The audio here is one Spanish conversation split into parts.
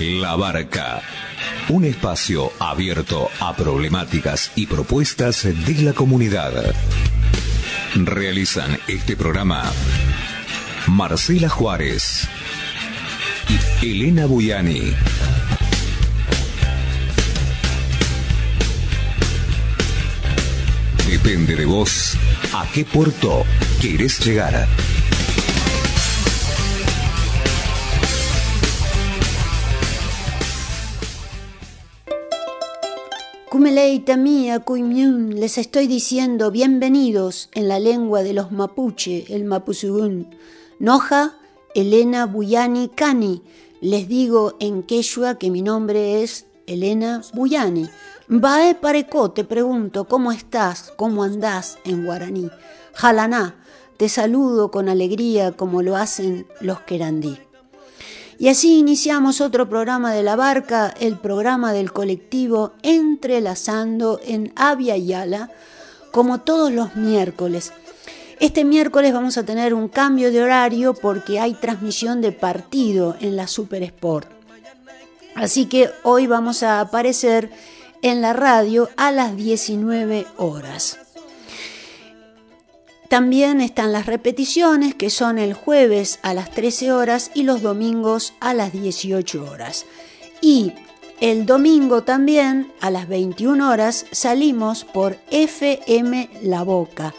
La Barca, un espacio abierto a problemáticas y propuestas de la comunidad. Realizan este programa Marcela Juárez y Elena Buyani. Depende de vos a qué puerto querés llegar. Kumeleita mía, Kuimiun, les estoy diciendo bienvenidos en la lengua de los mapuche, el mapuzugún. Noja, Elena Buyani Cani, les digo en quechua que mi nombre es Elena Buyani. Bae pareco, te pregunto, ¿cómo estás? ¿Cómo andás en guaraní? Jalaná, te saludo con alegría como lo hacen los querandí. Y así iniciamos otro programa de La Barca, el programa del colectivo Entrelazando en Abya Yala, como todos los miércoles. Este miércoles vamos a tener un cambio de horario porque hay transmisión de partido en la Super Sport. Así que hoy vamos a aparecer en la radio a las 19 horas. También están las repeticiones, que son el jueves a las 13 horas y los domingos a las 18 horas. Y el domingo también a las 21 horas salimos por FM La Boca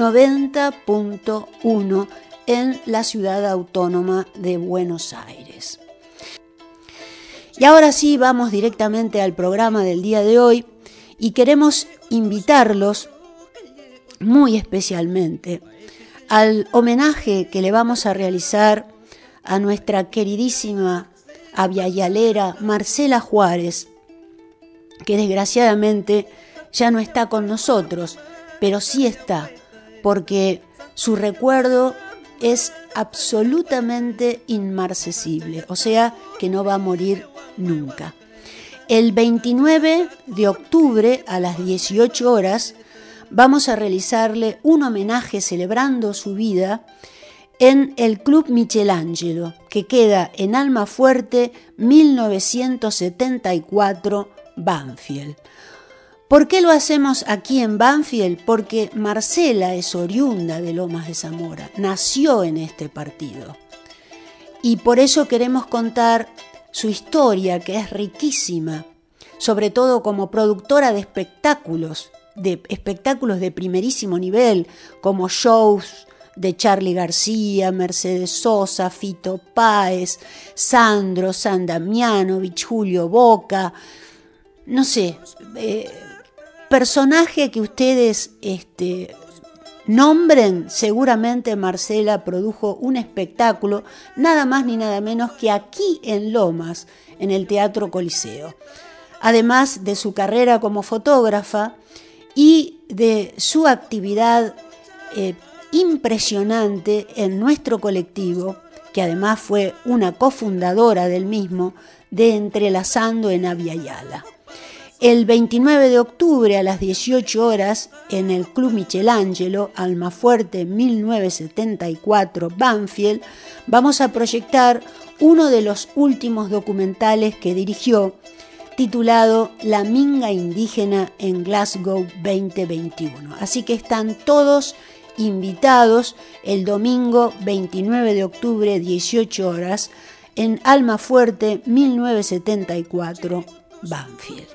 90.1 en la ciudad autónoma de Buenos Aires. Y ahora sí, vamos directamente al programa del día de hoy y queremos invitarlos muy especialmente al homenaje que le vamos a realizar a nuestra queridísima abyayalera Marcela Juárez, que desgraciadamente ya no está con nosotros, pero sí está, porque su recuerdo es absolutamente inmarcesible, o sea que no va a morir nunca. El 29 de octubre a las 18 horas vamos a realizarle un homenaje celebrando su vida en el Club Michelangelo, que queda en Almafuerte 1974, Banfield. ¿Por qué lo hacemos aquí en Banfield? Porque Marcela es oriunda de Lomas de Zamora, nació en este partido. Y por eso queremos contar su historia, que es riquísima, sobre todo como productora de espectáculos de primerísimo nivel, como shows de Charly García, Mercedes Sosa, Fito Páez, Sandro, San Damianovich, Julio Boca, no sé, personaje que ustedes nombren, seguramente Marcela produjo un espectáculo, nada más ni nada menos que aquí en Lomas, en el Teatro Coliseo. Además de su carrera como fotógrafa y de su actividad impresionante en nuestro colectivo, que además fue una cofundadora del mismo, de Entrelazando en Abya Yala. El 29 de octubre a las 18 horas en el Club Michelangelo, Almafuerte 1974, Banfield, vamos a proyectar uno de los últimos documentales que dirigió, titulado La Minga Indígena en Glasgow 2021. Así que están todos invitados el domingo 29 de octubre, 18 horas, en Almafuerte 1974, Banfield.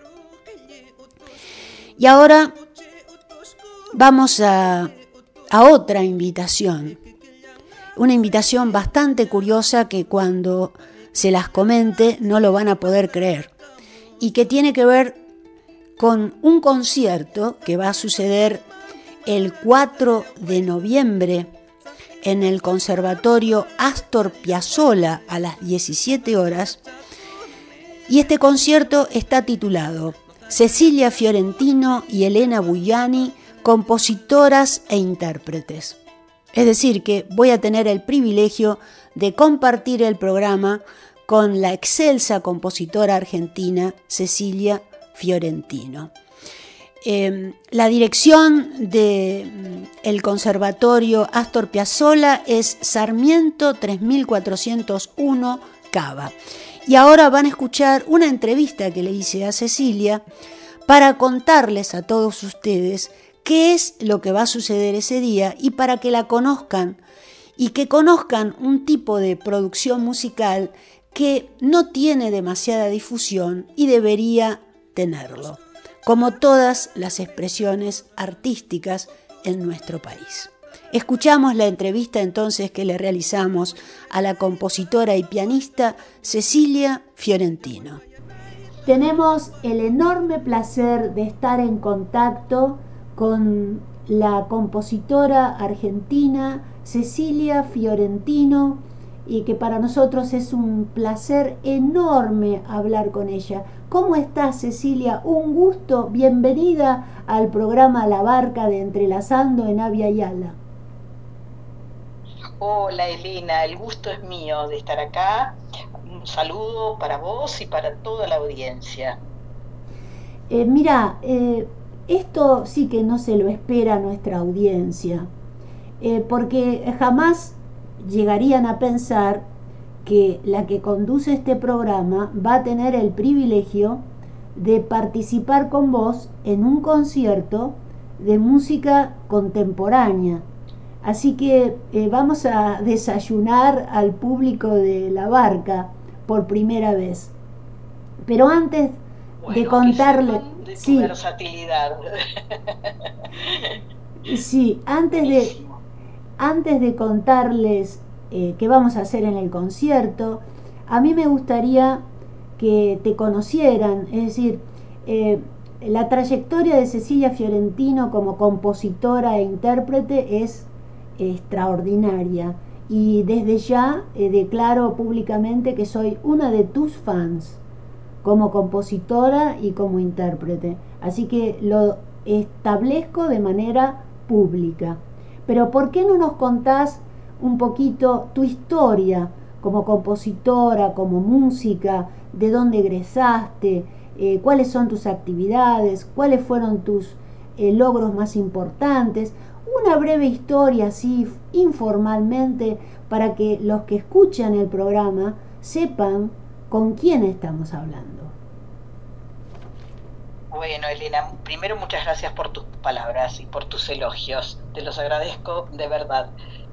Y ahora vamos a otra invitación, una invitación bastante curiosa que cuando se las comente no lo van a poder creer, y que tiene que ver con un concierto que va a suceder el 4 de noviembre en el Conservatorio Astor Piazzolla a las 17 horas. Y este concierto está titulado Cecilia Fiorentino y Elena Buyani, compositoras e intérpretes. Es decir, que voy a tener el privilegio de compartir el programa con la excelsa compositora argentina Cecilia Fiorentino. La dirección del Conservatorio Astor Piazzolla es Sarmiento 3401, Cava. Y ahora van a escuchar una entrevista que le hice a Cecilia para contarles a todos ustedes qué es lo que va a suceder ese día y para que la conozcan y que conozcan un tipo de producción musical que no tiene demasiada difusión y debería tenerlo, como todas las expresiones artísticas en nuestro país. Escuchamos la entrevista entonces que le realizamos a la compositora y pianista Cecilia Fiorentino. Tenemos el enorme placer de estar en contacto con la compositora argentina Cecilia Fiorentino, y que para nosotros es un placer enorme hablar con ella. ¿Cómo estás, Cecilia? Un gusto, bienvenida al programa La Barca de Entrelazando en Avia Yala. Hola Elena, el gusto es mío de estar acá. Un saludo para vos y para toda la audiencia. Mira, esto sí que no se lo espera nuestra audiencia, porque jamás llegarían a pensar que la que conduce este programa va a tener el privilegio de participar con vos en un concierto de música contemporánea. Así que vamos a desayunar al público de La Barca por primera vez. Pero antes de contarle de tu versatilidad. Sí, antes de contarles qué vamos a hacer en el concierto, a mí me gustaría que te conocieran, es decir, la trayectoria de Cecilia Fiorentino como compositora e intérprete es extraordinaria, y desde ya declaro públicamente que soy una de tus fans como compositora y como intérprete, así que lo establezco de manera pública. Pero ¿por qué no nos contás un poquito tu historia como compositora, como música, de dónde egresaste, cuáles son tus actividades, cuáles fueron tus logros más importantes? Una breve historia así informalmente para que los que escuchan el programa sepan con quién estamos hablando. Bueno, Elena, primero muchas gracias por tus palabras y por tus elogios, te los agradezco de verdad.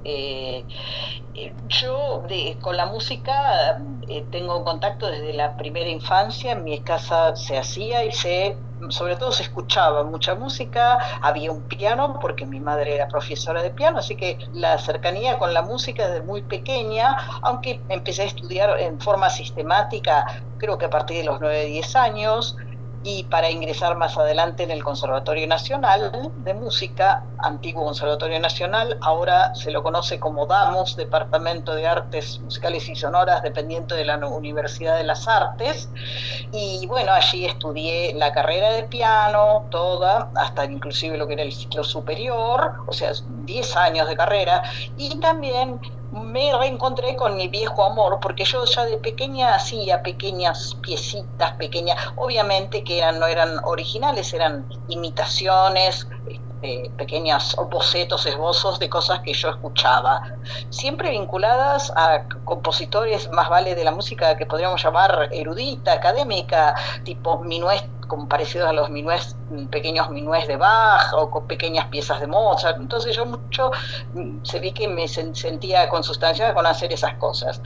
Yo con la música tengo contacto desde la primera infancia. En mi casa se hacía y sobre todo se escuchaba mucha música, había un piano porque mi madre era profesora de piano, así que la cercanía con la música desde muy pequeña, aunque empecé a estudiar en forma sistemática creo que a partir de los 9-10 años, y para ingresar más adelante en el Conservatorio Nacional de Música, antiguo Conservatorio Nacional, ahora se lo conoce como DAMUS, Departamento de Artes Musicales y Sonoras, dependiente de la Universidad de las Artes, y bueno, allí estudié la carrera de piano, toda, hasta inclusive lo que era el ciclo superior, o sea, 10 años de carrera, y también me reencontré con mi viejo amor, porque yo ya de pequeña hacía pequeñas piecitas, pequeñas, obviamente que no eran originales, eran imitaciones, pequeños bocetos, esbozos de cosas que yo escuchaba, siempre vinculadas a compositores, más vale de la música que podríamos llamar erudita, académica, tipo minués, como parecidos a los minués, pequeños minués de Bach o con pequeñas piezas de Mozart. Entonces yo mucho se vi que me sentía consustanciada con hacer esas cosas.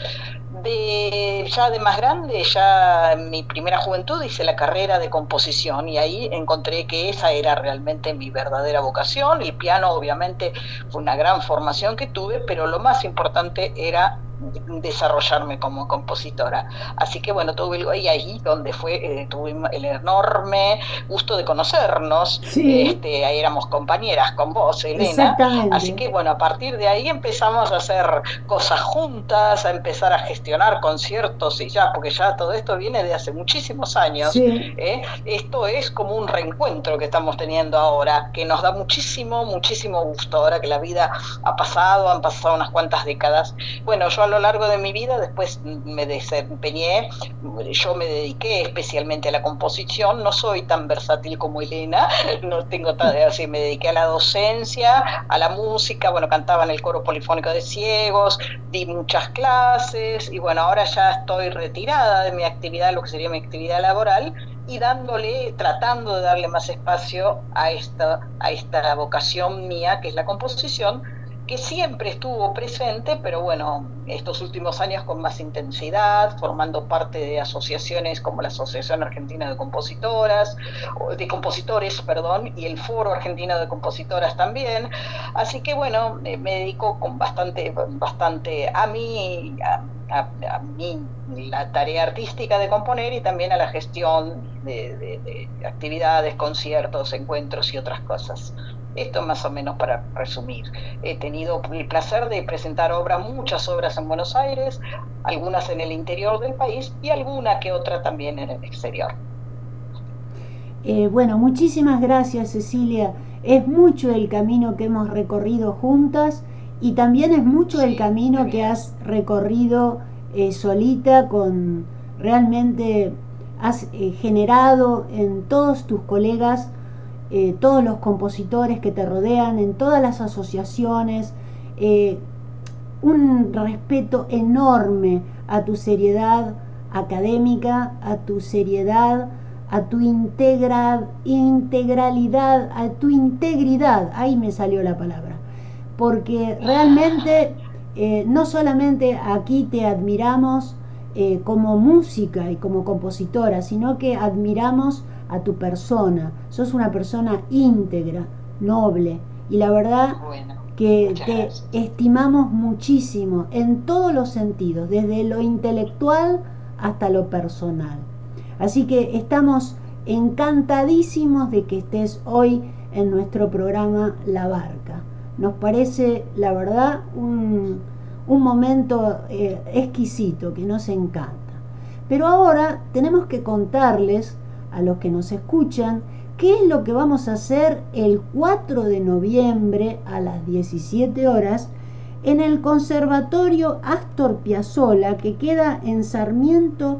Ya de más grande, ya en mi primera juventud hice la carrera de composición y ahí encontré que esa era realmente mi verdadera vocación. El piano obviamente fue una gran formación que tuve, pero lo más importante era desarrollarme como compositora. Así que bueno, y ahí donde tuve el enorme gusto de conocernos. Sí. Ahí éramos compañeras con vos, Elena. Exactamente. Así que bueno, a partir de ahí empezamos a hacer cosas juntas, a empezar a gestionar conciertos y porque ya todo esto viene de hace muchísimos años. Sí. Esto es como un reencuentro que estamos teniendo ahora, que nos da muchísimo, muchísimo gusto ahora que la vida han pasado unas cuantas décadas. Bueno, yo a lo largo de mi vida, después me desempeñé, yo me dediqué especialmente a la composición, no soy tan versátil como Elena, no tengo así, me dediqué a la docencia, a la música, bueno, cantaba en el coro polifónico de ciegos, di muchas clases, y bueno, ahora ya estoy retirada de mi actividad, lo que sería mi actividad laboral, y tratando de darle más espacio a esta vocación mía, que es la composición, que siempre estuvo presente, pero bueno, estos últimos años con más intensidad, formando parte de asociaciones como la Asociación Argentina de Compositores, perdón, y el Foro Argentino de Compositoras también. Así que bueno, me dedico con bastante a mí, a mí la tarea artística de componer, y también a la gestión de actividades, conciertos, encuentros y otras cosas. Esto más o menos para resumir. He tenido el placer de presentar muchas obras en Buenos Aires, algunas en el interior del país y alguna que otra también en el exterior. Bueno, muchísimas gracias, Cecilia. Es mucho el camino que hemos recorrido juntas, y también es mucho el camino que has recorrido solita. Realmente has generado en todos tus colegas, todos los compositores que te rodean, en todas las asociaciones, un respeto enorme a tu seriedad académica, a tu seriedad, a tu integralidad, a tu integridad. Ahí me salió la palabra, porque realmente no solamente aquí te admiramos como música y como compositora, sino que admiramos a tu persona. Sos una persona íntegra, noble, y la verdad que te estimamos muchísimo en todos los sentidos, desde lo intelectual hasta lo personal. Así que estamos encantadísimos de que estés hoy en nuestro programa La Barca. Nos parece, la verdad, un momento exquisito que nos encanta. Pero ahora tenemos que contarles a los que nos escuchan qué es lo que vamos a hacer el 4 de noviembre a las 17 horas en el Conservatorio Astor Piazzolla, que queda en Sarmiento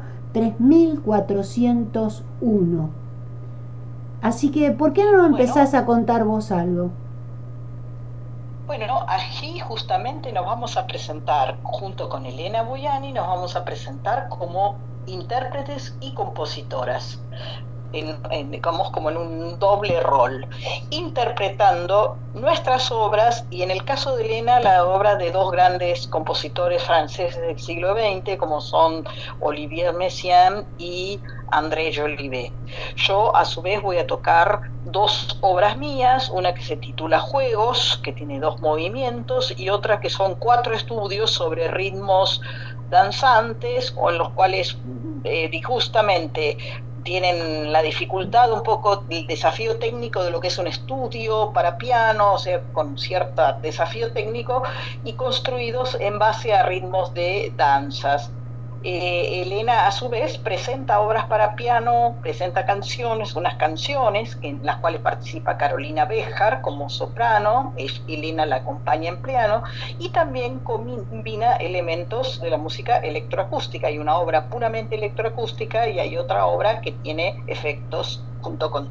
3401. Así que, ¿por qué no empezás a contar vos algo? Bueno, allí justamente nos vamos a presentar, junto con Elena Boiani, nos vamos a presentar como intérpretes y compositoras. Como en un doble rol, interpretando nuestras obras, y en el caso de Elena, la obra de dos grandes compositores franceses del siglo XX, como son Olivier Messiaen y André Jolivet. Yo, a su vez, voy a tocar dos obras mías, una que se titula Juegos, que tiene 2 movimientos, y otra que son 4 estudios sobre ritmos danzantes, o en los cuales justamente tienen la dificultad, un poco el desafío técnico de lo que es un estudio para piano, o sea, con cierto desafío técnico, y construidos en base a ritmos de danzas. Elena, a su vez, presenta obras para piano, presenta unas canciones en las cuales participa Carolina Béjar como soprano, Elena la acompaña en piano, y también combina elementos de la música electroacústica. Hay una obra puramente electroacústica y hay otra obra que tiene efectos junto con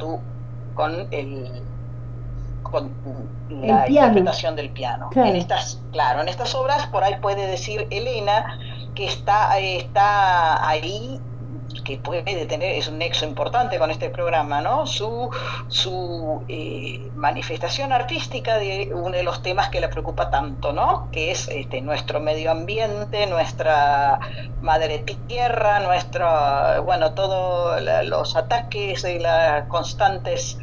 la interpretación del piano. Claro. En estas obras, por ahí puede decir Elena que está ahí, que puede tener, es un nexo importante con este programa, ¿no? Su manifestación artística de uno de los temas que la preocupa tanto, ¿no? Que es nuestro medio ambiente, nuestra madre tierra, todos los ataques y las constantes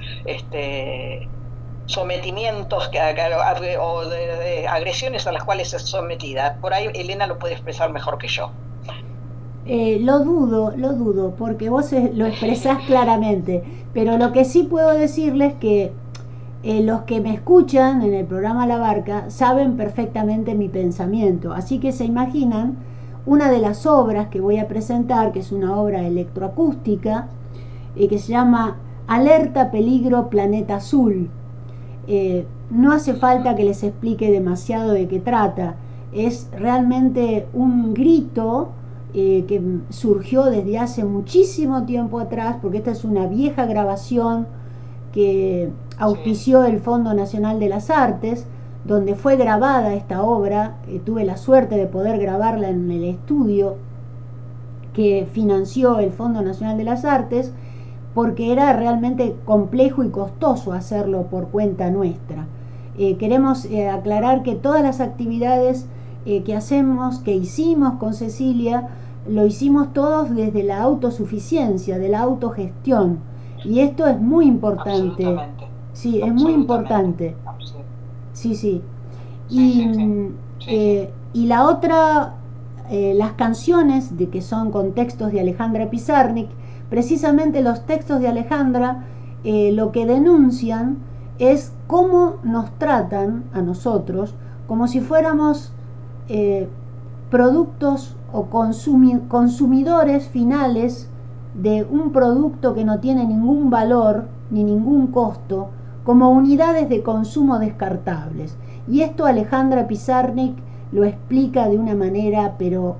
sometimientos o de agresiones a las cuales es sometida. Por ahí Elena lo puede expresar mejor que yo. Lo dudo, porque vos lo expresás claramente, pero lo que sí puedo decirles que los que me escuchan en el programa La Barca saben perfectamente mi pensamiento, así que se imaginan una de las obras que voy a presentar, que es una obra electroacústica, que se llama Alerta Peligro Planeta Azul. No hace falta que les explique demasiado de qué trata. es realmente un grito que surgió desde hace muchísimo tiempo atrás, porque esta es una vieja grabación que auspició el Fondo Nacional de las Artes, donde fue grabada esta obra. Tuve la suerte de poder grabarla en el estudio que financió el Fondo Nacional de las Artes, porque era realmente complejo y costoso hacerlo por cuenta nuestra. Queremos aclarar que todas las actividades que hacemos, que hicimos con Cecilia, lo hicimos todos desde la autosuficiencia, de la autogestión, y esto es muy importante. Sí, es muy importante. Sí, sí. Y la otra, las canciones de que son con textos de Alejandra Pizarnik, precisamente los textos de Alejandra lo que denuncian es cómo nos tratan a nosotros como si fuéramos productos o consumidores finales de un producto que no tiene ningún valor ni ningún costo, como unidades de consumo descartables. Y esto Alejandra Pizarnik lo explica de una manera pero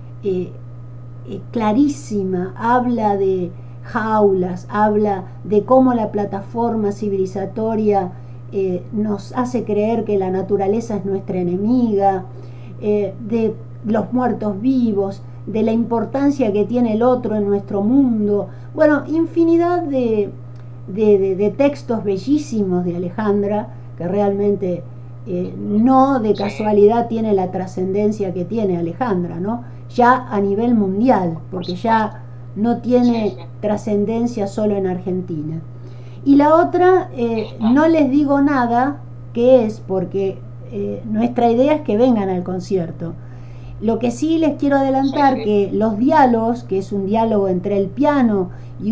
clarísima. Habla de jaulas, habla de cómo la plataforma civilizatoria nos hace creer que la naturaleza es nuestra enemiga, de los muertos vivos, de la importancia que tiene el otro en nuestro mundo. Bueno, infinidad de textos bellísimos de Alejandra, que realmente no de casualidad tiene la trascendencia que tiene Alejandra, ¿no? Ya a nivel mundial, porque ya no tiene trascendencia solo en Argentina. Y la otra, no les digo nada qué es, porque nuestra idea es que vengan al concierto. Lo que sí les quiero adelantar, que los diálogos, que es un diálogo entre el piano y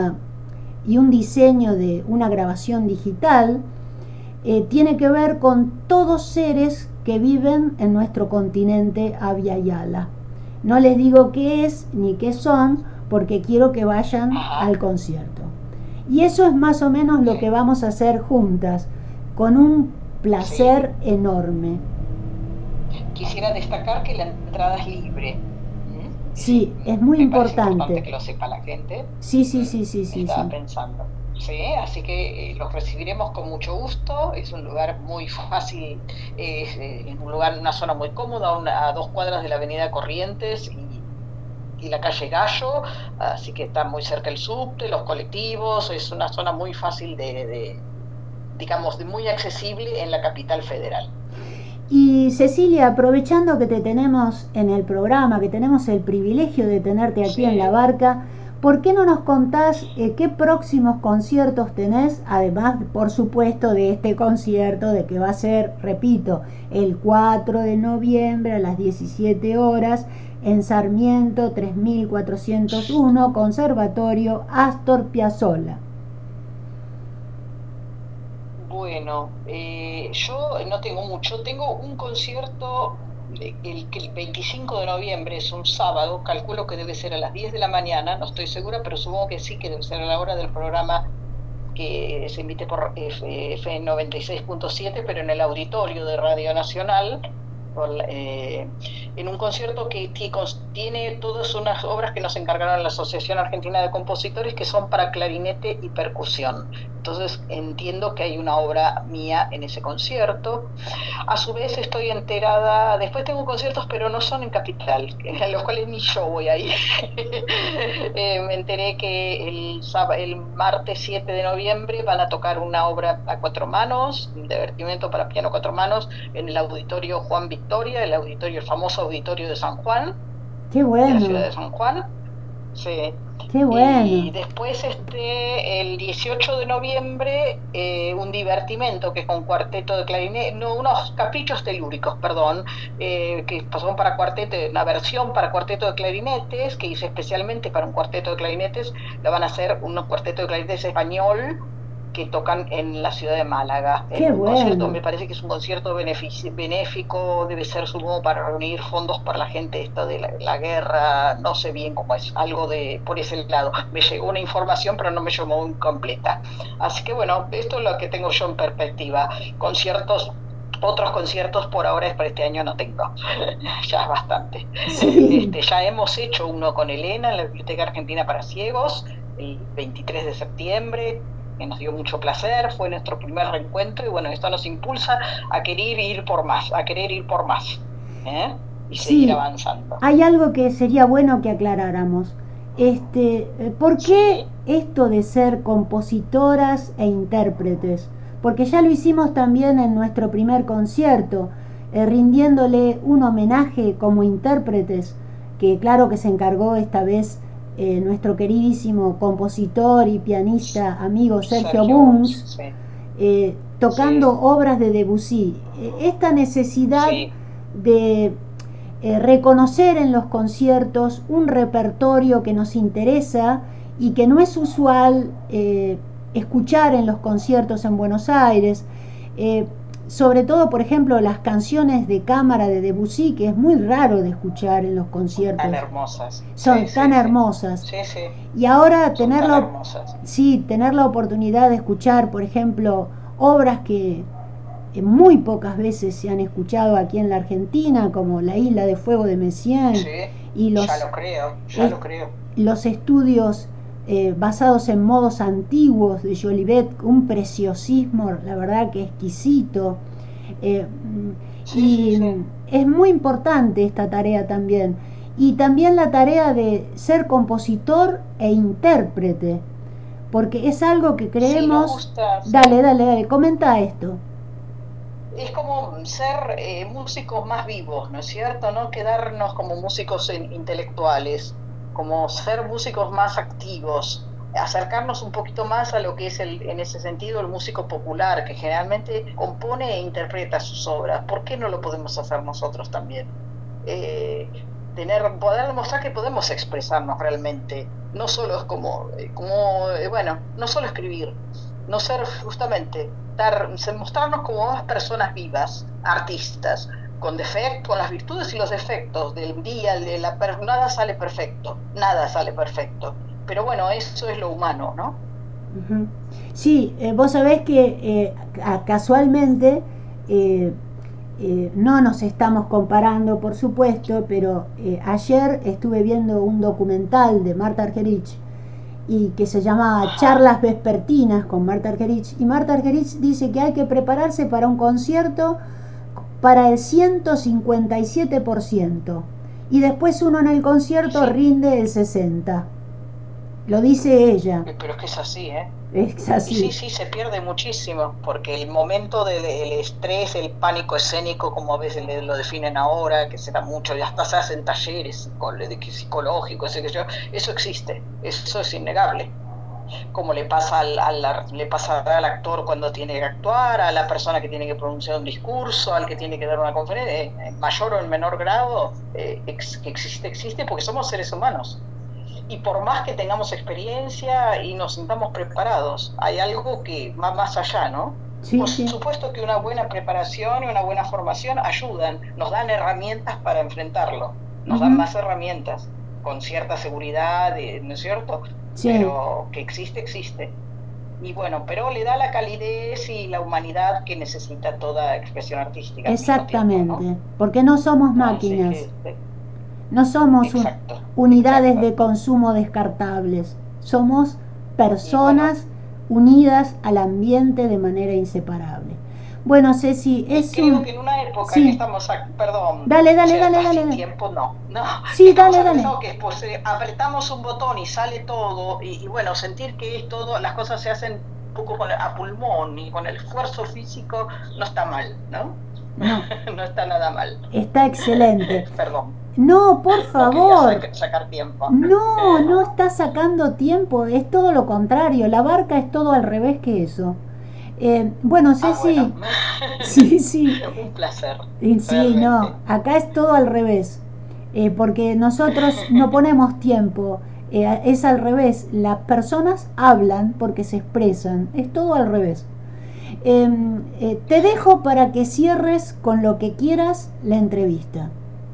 un diseño de una grabación digital, tiene que ver con todos seres que viven en nuestro continente Abya Yala. No les digo qué es ni qué son, porque quiero que vayan al concierto. Y eso es más o menos lo que vamos a hacer juntas, con un placer enorme. Quisiera destacar que la entrada es libre. Sí, es muy importante que lo sepa la gente. Sí. Estaba pensando. Sí, así que los recibiremos con mucho gusto. Es un lugar muy fácil, es un lugar, una zona muy cómoda, a 2 cuadras de la avenida Corrientes y la calle Gallo, así que está muy cerca el subte, los colectivos. Es una zona muy fácil digamos, muy accesible en la capital federal. Y Cecilia, aprovechando que te tenemos en el programa, que tenemos el privilegio de tenerte aquí en La Barca, ¿por qué no nos contás qué próximos conciertos tenés? Además, por supuesto, de este concierto, de que va a ser, repito, el 4 de noviembre a las 17 horas en Sarmiento 3401, Conservatorio Astor Piazzolla. Bueno, yo no tengo mucho. Tengo un concierto el 25 de noviembre, es un sábado. Calculo que debe ser a las 10 de la mañana, no estoy segura, pero supongo que sí, que debe ser a la hora del programa que se emite por F96.7, pero en el auditorio de Radio Nacional, en un concierto que contiene todas unas obras que nos encargaron la Asociación Argentina de Compositores, que son para clarinete y percusión. Entonces entiendo que hay una obra mía en ese concierto. A su vez estoy enterada, después tengo conciertos pero no son en Capital, en los cuales ni yo voy a ir. Me enteré que el martes 7 de noviembre van a tocar una obra a 4 manos, un divertimento para piano a 4 manos, en el auditorio Juan Victoria, el famoso auditorio de San Juan. ¡Qué bueno! De la ciudad de San Juan. Sí. ¡Qué bueno! Y después el 18 de noviembre un divertimento que es con cuarteto de clarinete, no, unos caprichos telúricos, perdón, que son para cuarteto, una versión para cuarteto de clarinetes que hice especialmente para un cuarteto de clarinetes. La van a hacer un cuarteto de clarinetes español que tocan en la ciudad de Málaga. ¡Qué bueno! Concierto, me parece que es un concierto benéfico, debe ser supongo para reunir fondos para la gente esta de la guerra, no sé bien cómo es, algo por ese lado. Me llegó una información pero no me llegó muy completa. Así que bueno, esto es lo que tengo yo en perspectiva. Conciertos Otros conciertos por ahora para este año no tengo, ya es bastante. Sí. Ya hemos hecho uno con Elena en la Biblioteca Argentina para Ciegos, el 23 de septiembre, que nos dio mucho placer, fue nuestro primer reencuentro y bueno, esto nos impulsa a querer ir por más, ¿eh? Y seguir Sí, avanzando. hay algo que sería bueno que aclaráramos. ¿Por qué Sí. esto de ser compositoras e intérpretes? Porque ya lo hicimos también en nuestro primer concierto, rindiéndole un homenaje como intérpretes, que claro que se encargó esta vez nuestro queridísimo compositor y pianista amigo Sergio Sergio Bunz, Bunz, sí. tocando Sí. obras de Debussy. Esta necesidad Sí. de reconocer en los conciertos un repertorio que nos interesa y que no es usual escuchar en los conciertos en Buenos Aires, sobre todo por ejemplo las canciones de cámara de Debussy, que es muy raro de escuchar en los conciertos, Tan hermosas. son Sí, tan sí, sí. hermosas. Sí, sí. Y ahora Son tan hermosas. sí, tener la oportunidad de escuchar, por ejemplo, obras que muy pocas veces se han escuchado aquí en la Argentina, como La Isla de Fuego de Messiaen Sí, y ya lo creo, ya lo creo. los estudios basados en modos antiguos de Jolivet, un preciosismo, la verdad que exquisito. Eh, Sí, sí, y sí. es muy importante esta tarea también. Y también la tarea de ser compositor e intérprete, porque es algo que Sí, nos creemos. gusta, sí. Dale, comenta esto. Es como ser músicos más vivos, ¿no es cierto? No quedarnos como músicos intelectuales, como ser músicos más activos, acercarnos un poquito más a lo que es en ese sentido el músico popular, que generalmente compone e interpreta sus obras. ¿Por qué no lo podemos hacer nosotros también? Poder demostrar que podemos expresarnos realmente, no solo es bueno, no solo escribir, no ser justamente, mostrarnos como más personas vivas, artistas, con defectos, con las virtudes y los defectos del día, nada sale perfecto, pero bueno, eso es lo humano, ¿no? Uh-huh. Sí, vos sabés que casualmente no nos estamos comparando, por supuesto, pero ayer estuve viendo un documental de Marta Argerich y que se llama Ajá. Charlas Vespertinas con Marta Argerich, y Marta Argerich dice que hay que prepararse para un concierto para el 157% y después uno en el concierto Sí, rinde el 60%. Lo dice ella. pero es que es así, ¿eh? Es Y sí, así. sí, se pierde muchísimo, porque el momento del estrés, el pánico escénico, como a veces lo definen ahora, que se da mucho, ya hasta se hacen talleres psicológicos, eso existe, eso es innegable. Como le pasa al actor cuando tiene que actuar, a la persona que tiene que pronunciar un discurso, al que tiene que dar una conferencia, en mayor o en menor grado, que existe porque somos seres humanos y por más que tengamos experiencia y nos sintamos preparados, hay algo que va más allá, ¿no? Sí, Por sí. supuesto que una buena preparación y una buena formación ayudan, nos dan herramientas para enfrentarlo, nos dan Uh-huh. más herramientas, con cierta seguridad, ¿no es cierto? Sí, Pero que existe, existe. Y bueno, pero le da la calidez y la humanidad que necesita toda expresión artística al mismo tiempo, ¿no? exactamente. Porque no somos Así máquinas. que, No somos exacto, unidades exacto. de consumo descartables. Somos Y bueno, personas unidas al ambiente de manera inseparable. Bueno, Ceci, y es creo un... que en una época que Sí, estamos, perdón, dale, se está sin dale. tiempo, no, que Sí, estamos dale. atravesados, que pues apretamos un botón y sale todo, y bueno, sentir que es todo, las cosas se hacen un poco a pulmón y con el esfuerzo físico, no está mal, ¿no? No, No está nada mal. está excelente. Perdón, No, por no quería favor. sacar tiempo. No está sacando tiempo, es todo lo contrario, la barca es todo al revés que eso. Bueno, Bueno, Ceci, sí, un placer, sí, no, realmente. acá es todo al revés, porque nosotros no ponemos tiempo, es al revés, las personas hablan porque se expresan, es todo al revés. Te dejo para que cierres con lo que quieras la entrevista.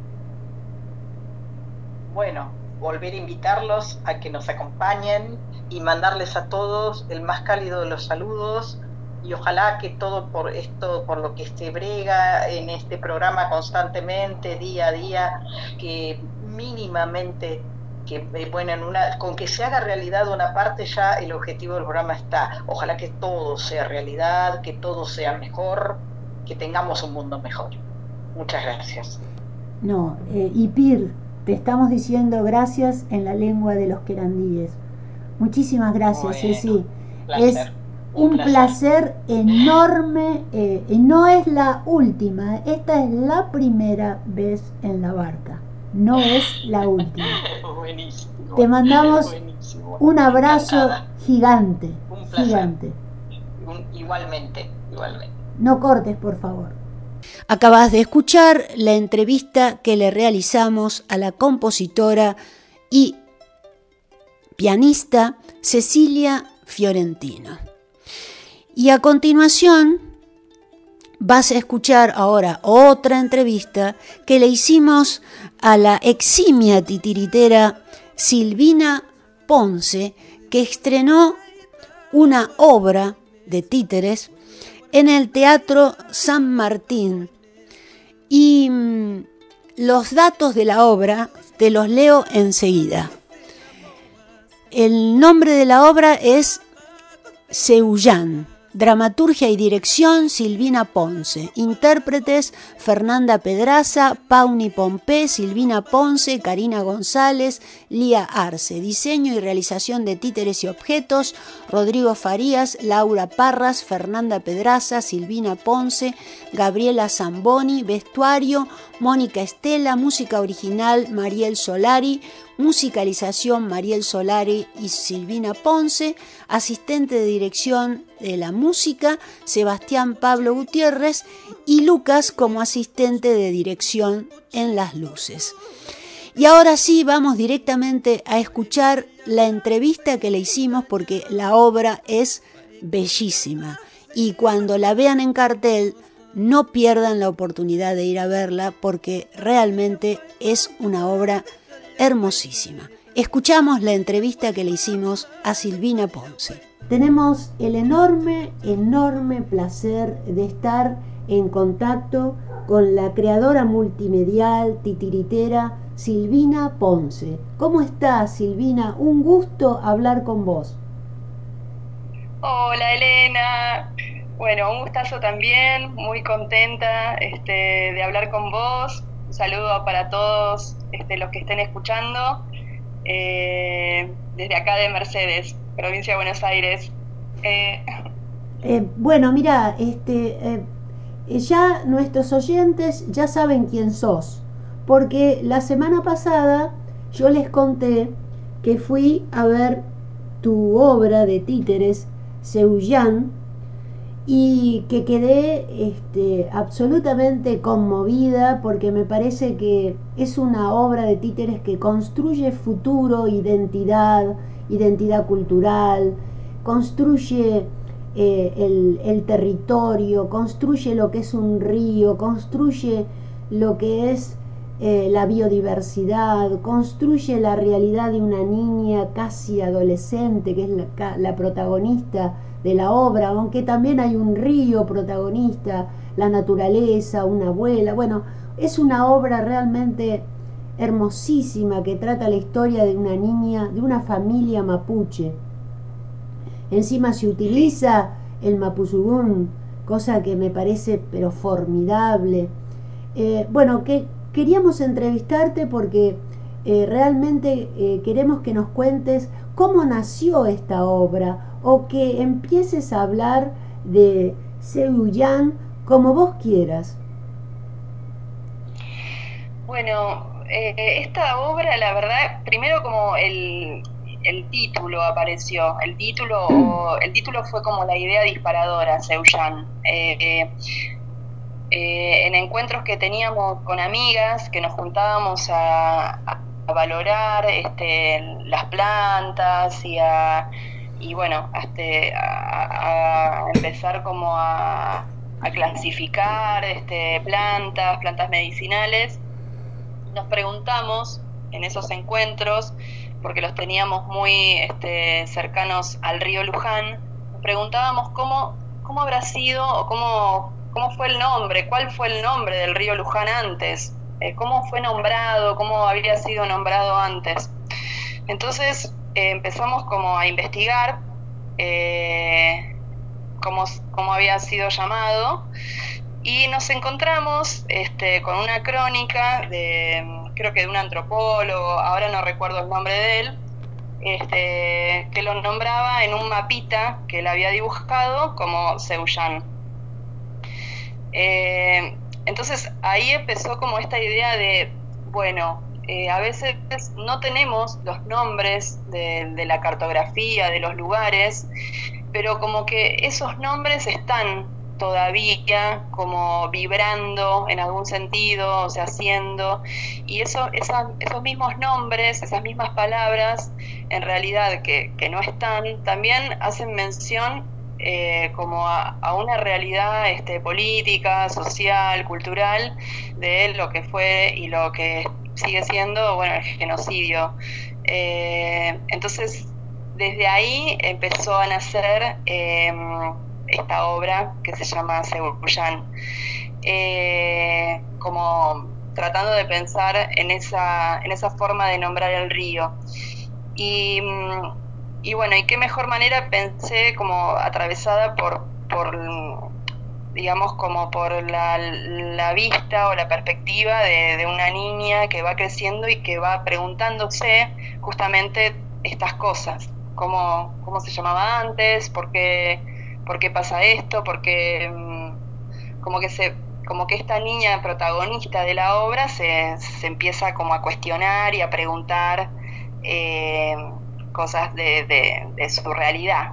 Bueno, volver a invitarlos a que nos acompañen y mandarles a todos el más cálido de los saludos y ojalá que todo por esto, por lo que se brega en este programa constantemente, día a día, que mínimamente, que bueno, con que se haga realidad una parte, ya el objetivo del programa está. Ojalá que todo sea realidad, que todo sea mejor, que tengamos un mundo mejor. Muchas gracias. No, Ipir, te estamos diciendo gracias en la lengua de los querandíes. Muchísimas gracias, Bueno, Ceci. placer. Es un placer enorme, y no es la última, esta es la primera vez en la barca, no es la última. Buenísimo. Te mandamos un abrazo Encantada. gigante, Un placer. gigante. Igualmente. No cortes, por favor. Acabas de escuchar la entrevista que le realizamos a la compositora y pianista Cecilia Fiorentino. Y a continuación vas a escuchar ahora otra entrevista que le hicimos a la eximia titiritera Silvina Ponce, que estrenó una obra de títeres en el Teatro San Martín. Y los datos de la obra te los leo enseguida. El nombre de la obra es Seullán. Dramaturgia y dirección Silvina Ponce. Intérpretes Fernanda Pedraza, Pauni Pompé, Silvina Ponce, Karina González, Lía Arce. Diseño y realización de títeres y objetos Rodrigo Farías, Laura Parras, Fernanda Pedraza, Silvina Ponce, Gabriela Zamboni. Vestuario Mónica Estela. Música original Mariel Solari. Musicalización Mariel Solari y Silvina Ponce. Asistente de dirección de la música Sebastián Pablo Gutiérrez, y Lucas como asistente de dirección en las luces. Y ahora sí, vamos directamente a escuchar la entrevista que le hicimos, porque la obra es bellísima y cuando la vean en cartel no pierdan la oportunidad de ir a verla, porque realmente es una obra hermosísima. Escuchamos la entrevista que le hicimos a Silvina Ponce. Tenemos el enorme placer de estar en contacto con la creadora multimedial titiritera Silvina Ponce. ¿Cómo estás, Silvina? Un gusto hablar con vos. Hola, Elena. Bueno, un gustazo también, muy contenta de hablar con vos. Un saludo para todos los que estén escuchando, desde acá de Mercedes, provincia de Buenos Aires. Bueno, mira, ya nuestros oyentes ya saben quién sos, porque la semana pasada yo les conté que fui a ver tu obra de títeres, Seullán, y que quedé absolutamente conmovida, porque me parece que es una obra de títeres que construye futuro, identidad cultural, construye el territorio, construye lo que es un río, construye lo que es la biodiversidad, construye la realidad de una niña casi adolescente, que es la protagonista de la obra, aunque también hay un río protagonista, la naturaleza, una abuela. Bueno, es una obra realmente hermosísima que trata la historia de una niña, de una familia mapuche. Encima se utiliza el mapuzugún, cosa que me parece pero formidable. Bueno, que queríamos entrevistarte porque realmente queremos que nos cuentes cómo nació esta obra, o que empieces a hablar de Seullán como vos quieras. Bueno, esta obra, la verdad, primero como el título apareció. El título fue como la idea disparadora, Seullán. En encuentros que teníamos con amigas, que nos juntábamos a valorar las plantas y bueno, a empezar como a clasificar plantas medicinales, nos preguntamos en esos encuentros, porque los teníamos muy cercanos al río Luján, nos preguntábamos cómo cómo habrá sido o cómo fue el nombre, cuál fue el nombre del río Luján antes, cómo fue nombrado, cómo había sido nombrado antes. Entonces empezamos como a investigar cómo había sido llamado, y nos encontramos con una crónica creo que de un antropólogo, ahora no recuerdo el nombre de él, que lo nombraba en un mapita que él había dibujado como Ceuyán. Entonces ahí empezó como esta idea de, bueno, a veces no tenemos los nombres de la cartografía, de los lugares, pero como que esos nombres están todavía como vibrando en algún sentido, o sea, haciendo, y esos mismos nombres, esas mismas palabras, en realidad que no están, también hacen mención como a una realidad política, social, cultural, de lo que fue y lo que sigue siendo, bueno, el genocidio. Entonces, desde ahí empezó a nacer esta obra que se llama Ceuyán, como tratando de pensar en esa forma de nombrar el río. Y bueno, y qué mejor manera, pensé, como atravesada por digamos, como por la vista o la perspectiva de una niña que va creciendo y que va preguntándose justamente estas cosas. ¿Cómo se llamaba antes? ¿Por qué pasa esto? Porque como que esta niña protagonista de la obra se empieza como a cuestionar y a preguntar cosas de su realidad.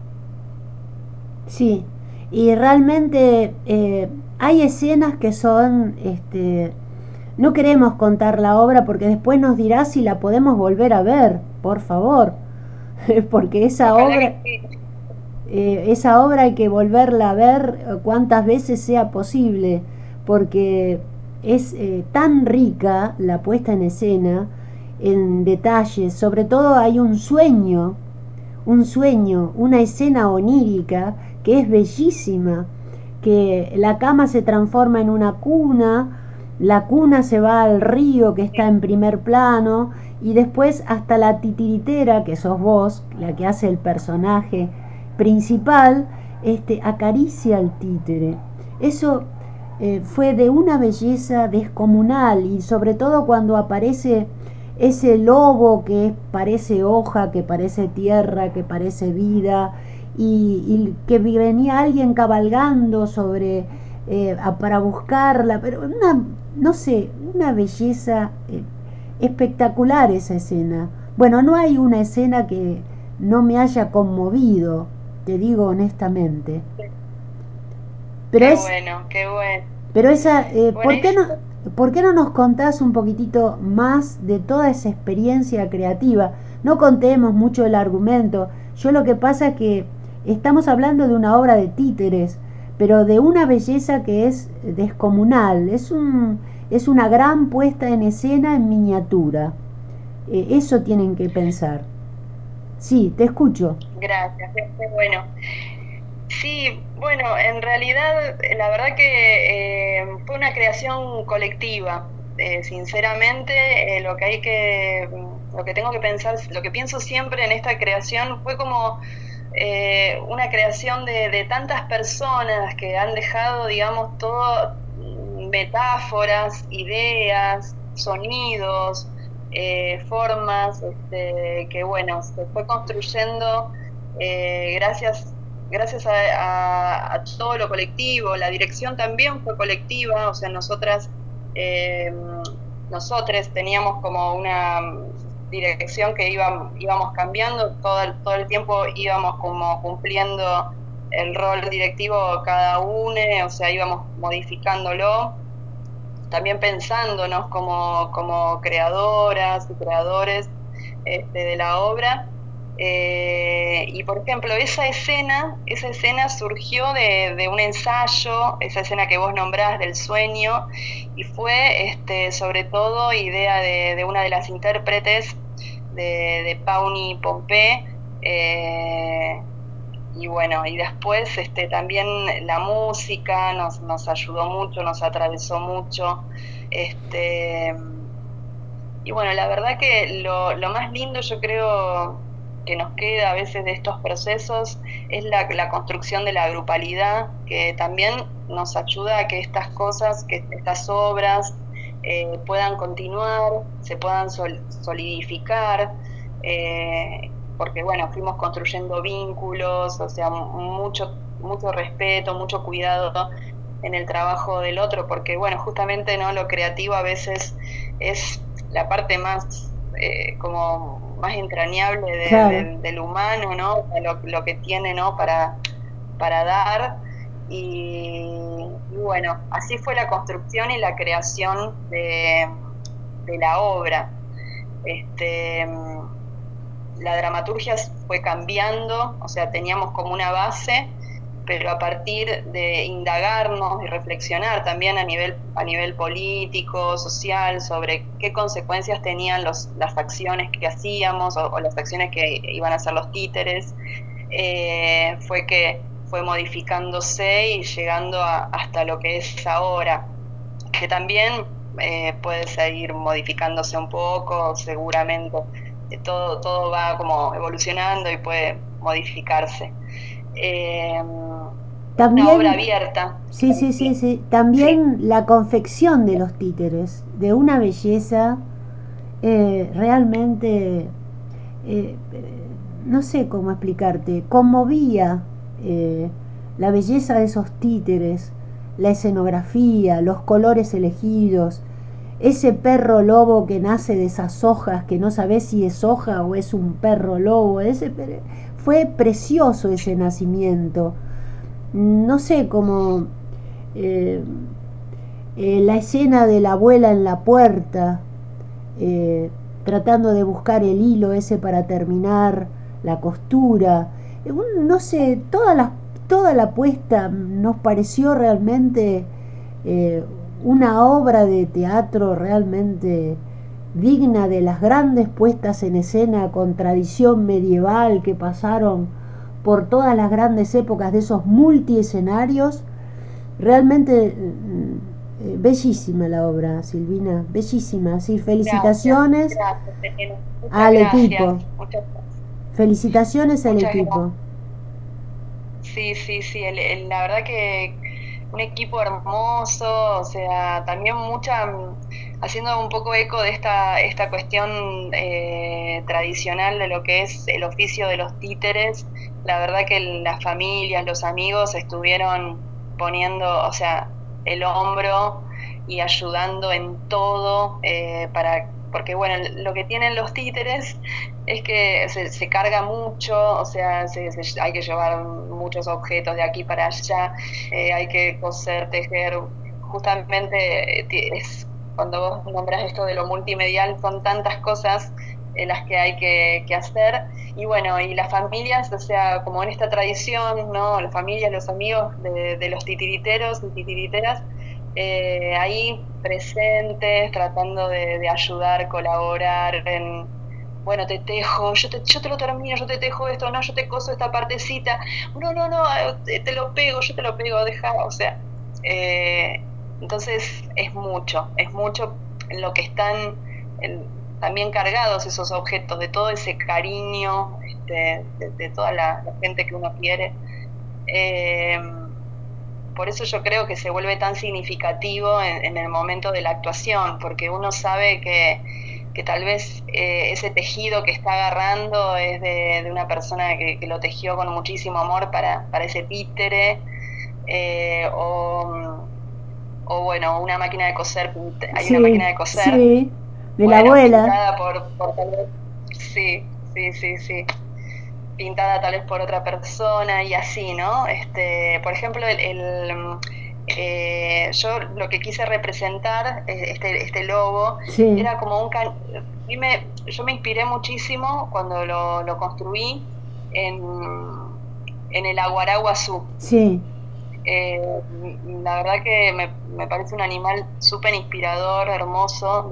Sí, y realmente hay escenas que son, no queremos contar la obra porque después nos dirá si la podemos volver a ver, por favor, porque esa obra hay que volverla a ver cuantas veces sea posible, porque es tan rica la puesta en escena, en detalles. Sobre todo hay un sueño, una escena onírica que es bellísima, que la cama se transforma en una cuna, la cuna se va al río que está en primer plano, y después hasta la titiritera, que sos vos, la que hace el personaje principal, acaricia al títere. Eso fue de una belleza descomunal, y sobre todo cuando aparece ese lobo que parece hoja, que parece tierra, que parece vida, y que venía alguien cabalgando sobre para buscarla, pero una belleza espectacular esa escena. Bueno, no hay una escena que no me haya conmovido, te digo honestamente. Pero qué bueno. Pero esa, ¿por qué no nos contás un poquitito más de toda esa experiencia creativa? No contemos mucho el argumento. Yo lo que pasa es que estamos hablando de una obra de títeres, pero de una belleza que es descomunal. Es una gran puesta en escena en miniatura. Eso tienen que pensar. Sí, te escucho. Gracias, qué bueno. Sí, bueno, en realidad la verdad que fue una creación colectiva. Sinceramente, lo que tengo que pensar, lo que pienso siempre en esta creación fue como una creación de tantas personas que han dejado, digamos, todo, metáforas, ideas, sonidos, formas, que bueno, se fue construyendo gracias a todo lo colectivo. La dirección también fue colectiva, o sea, nosotros teníamos como una dirección que íbamos cambiando, todo el tiempo íbamos como cumpliendo el rol directivo cada uno, o sea, íbamos modificándolo, también pensándonos como creadoras y creadores de la obra. Y por ejemplo, esa escena surgió de un ensayo, esa escena que vos nombrás del sueño, y fue sobre todo idea de una de las intérpretes de Pauni Pompé, y bueno, y después también la música nos ayudó mucho, nos atravesó mucho. Y bueno, la verdad que lo más lindo yo creo que nos queda a veces de estos procesos es la construcción de la grupalidad, que también nos ayuda a que estas cosas, que estas obras puedan continuar, se puedan solidificar, porque bueno, fuimos construyendo vínculos, o sea, mucho respeto, mucho cuidado en el trabajo del otro, porque bueno, justamente no lo creativo a veces es la parte más como más entrañable Claro. del humano, ¿no? Lo que tiene, ¿no? Para dar. Y bueno, así fue la construcción y la creación de la obra. La dramaturgia fue cambiando, o sea, teníamos como una base, pero a partir de indagarnos y reflexionar también a nivel político, social, sobre qué consecuencias tenían las acciones que hacíamos o las acciones que iban a hacer los títeres, fue modificándose y llegando hasta lo que es ahora, que también puede seguir modificándose un poco, seguramente. Todo va como evolucionando y puede modificarse. Una obra También, abierta. sí, sí, sí, Sí, sí. sí, También la confección de los títeres, de una belleza realmente, eh, no sé cómo explicarte, conmovía la belleza de esos títeres, la escenografía, los colores elegidos, ese perro lobo que nace de esas hojas que no sabes si es hoja o es un perro lobo, fue precioso ese nacimiento. No sé cómo eh, la escena de la abuela en la puerta, eh, tratando de buscar el hilo ese para terminar la costura. No sé, toda la puesta nos pareció realmente eh, una obra de teatro realmente digna de las grandes puestas en escena con tradición medieval que pasaron por todas las grandes épocas de esos multiescenarios. Realmente bellísima la obra, Silvina, bellísima. Sí, gracias, felicitaciones gracias, Elena. Muchas al gracias, equipo. muchas gracias. Felicitaciones al Muchas gracias. equipo. Sí, sí, sí, la verdad que un equipo hermoso, o sea, también haciendo un poco eco de esta cuestión tradicional de lo que es el oficio de los títeres. La verdad que las familias, los amigos estuvieron poniendo, o sea, el hombro y ayudando en todo, porque bueno, lo que tienen los títeres es que se carga mucho, o sea, hay que llevar muchos objetos de aquí para allá, hay que coser, tejer. Justamente cuando vos nombras esto de lo multimedial, son tantas cosas las que hay que hacer. Y bueno, y las familias, o sea, como en esta tradición, ¿no? Las familias, los amigos de los titiriteros y titiriteras, ahí presentes, tratando de ayudar, colaborar bueno, te tejo, yo te lo termino, yo te tejo esto, no, yo te coso esta partecita, no, te lo pego, yo te lo pego, deja, o sea, entonces es mucho en lo que están también cargados esos objetos, de todo ese cariño, de toda la gente que uno quiere. Eh, por eso yo creo que se vuelve tan significativo en el momento de la actuación, porque uno sabe que tal vez ese tejido que está agarrando es de una persona que lo tejió con muchísimo amor para ese títere, o bueno, una máquina de coser, hay una Sí, máquina de coser, sí, de la bueno, abuela. pintada por tal vez, sí, sí, sí, sí, pintada tal vez por otra persona y así, ¿no? Por ejemplo, yo lo que quise representar, este lobo, Sí, era como yo me inspiré muchísimo cuando lo construí en, en el aguaraguazú. sí. Eh, la verdad que me parece un animal súper inspirador, hermoso,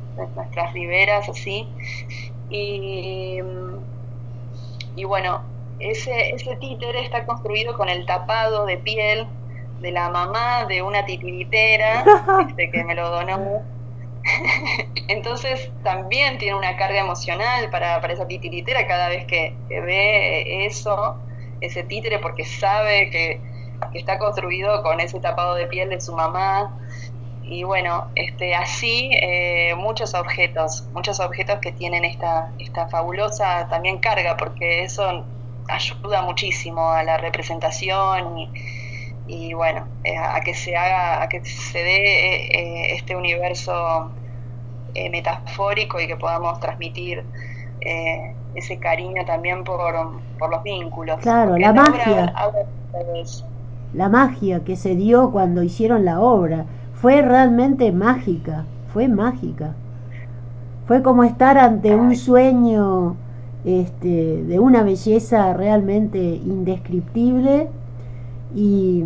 de nuestras riberas, así. Y, y bueno, ese títere está construido con el tapado de piel de la mamá de una titiritera que me lo donó. Entonces también tiene una carga emocional para esa titiritera cada vez que ve ese títere, porque sabe que está construido con ese tapado de piel de su mamá. Y bueno, así muchos objetos que tienen esta fabulosa también carga, porque eso ayuda muchísimo a la representación y bueno, a que se dé este universo metafórico y que podamos transmitir ese cariño también por los vínculos. Claro, la magia. La magia que se dio cuando hicieron la obra fue realmente mágica, fue mágica. Fue como estar ante un sueño de una belleza realmente indescriptible. Y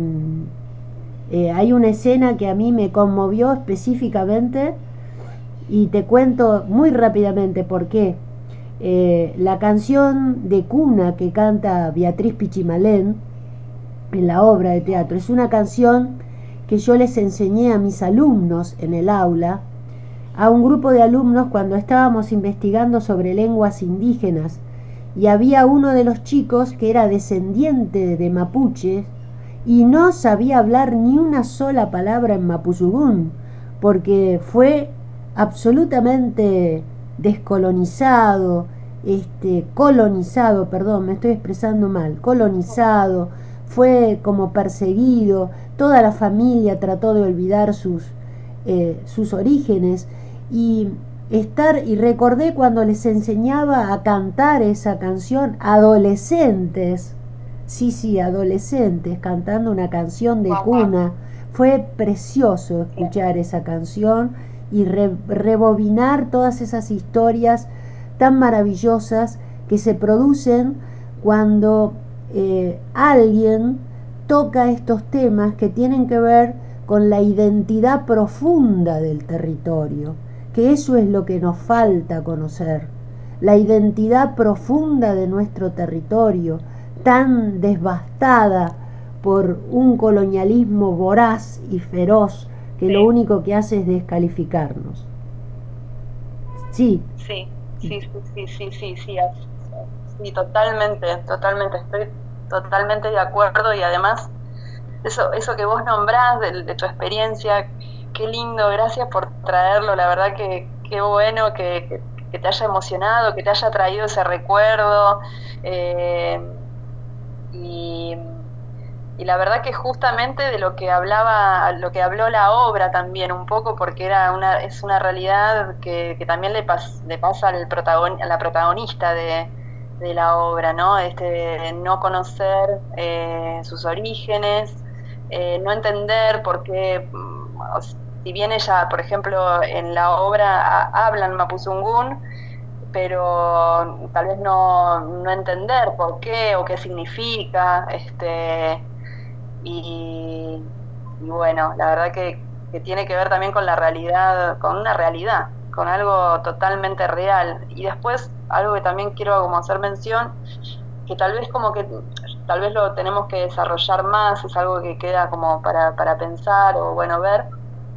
hay una escena que a mí me conmovió específicamente y te cuento muy rápidamente por qué. La canción de cuna que canta Beatriz Pichimalén en la obra de teatro es una canción que yo les enseñé a mis alumnos en el aula, a un grupo de alumnos cuando estábamos investigando sobre lenguas indígenas, y había uno de los chicos que era descendiente de mapuches y no sabía hablar ni una sola palabra en mapuzungún, porque fue absolutamente descolonizado, colonizado, perdón, me estoy expresando mal, colonizado, fue como perseguido, toda la familia trató de olvidar sus orígenes, y recordé cuando les enseñaba a cantar esa canción, adolescentes, sí, adolescentes cantando una canción de cuna. Fue precioso escuchar esa canción y rebobinar todas esas historias tan maravillosas que se producen cuando alguien toca estos temas que tienen que ver con la identidad profunda del territorio, que eso es lo que nos falta conocer, la identidad profunda de nuestro territorio, tan devastada por un colonialismo voraz y feroz que lo único que hace es descalificarnos. Sí, totalmente, estoy totalmente de acuerdo. Y además eso que vos nombrás de tu experiencia, qué lindo, gracias por traerlo, la verdad que qué bueno que te haya emocionado, que te haya traído ese recuerdo, y la verdad que justamente de lo que habló la obra también un poco, porque es una realidad que también le pasa a la protagonista de la obra, ¿no? No conocer sus orígenes, no entender por qué, si bien ella, por ejemplo, en la obra hablan mapuzungún, pero tal vez no entender por qué o qué significa, y bueno, la verdad que tiene que ver también con la realidad, con una realidad, con algo totalmente real. Y después, algo que también quiero como hacer mención, que tal vez lo tenemos que desarrollar más, es algo que queda como para pensar o bueno, ver,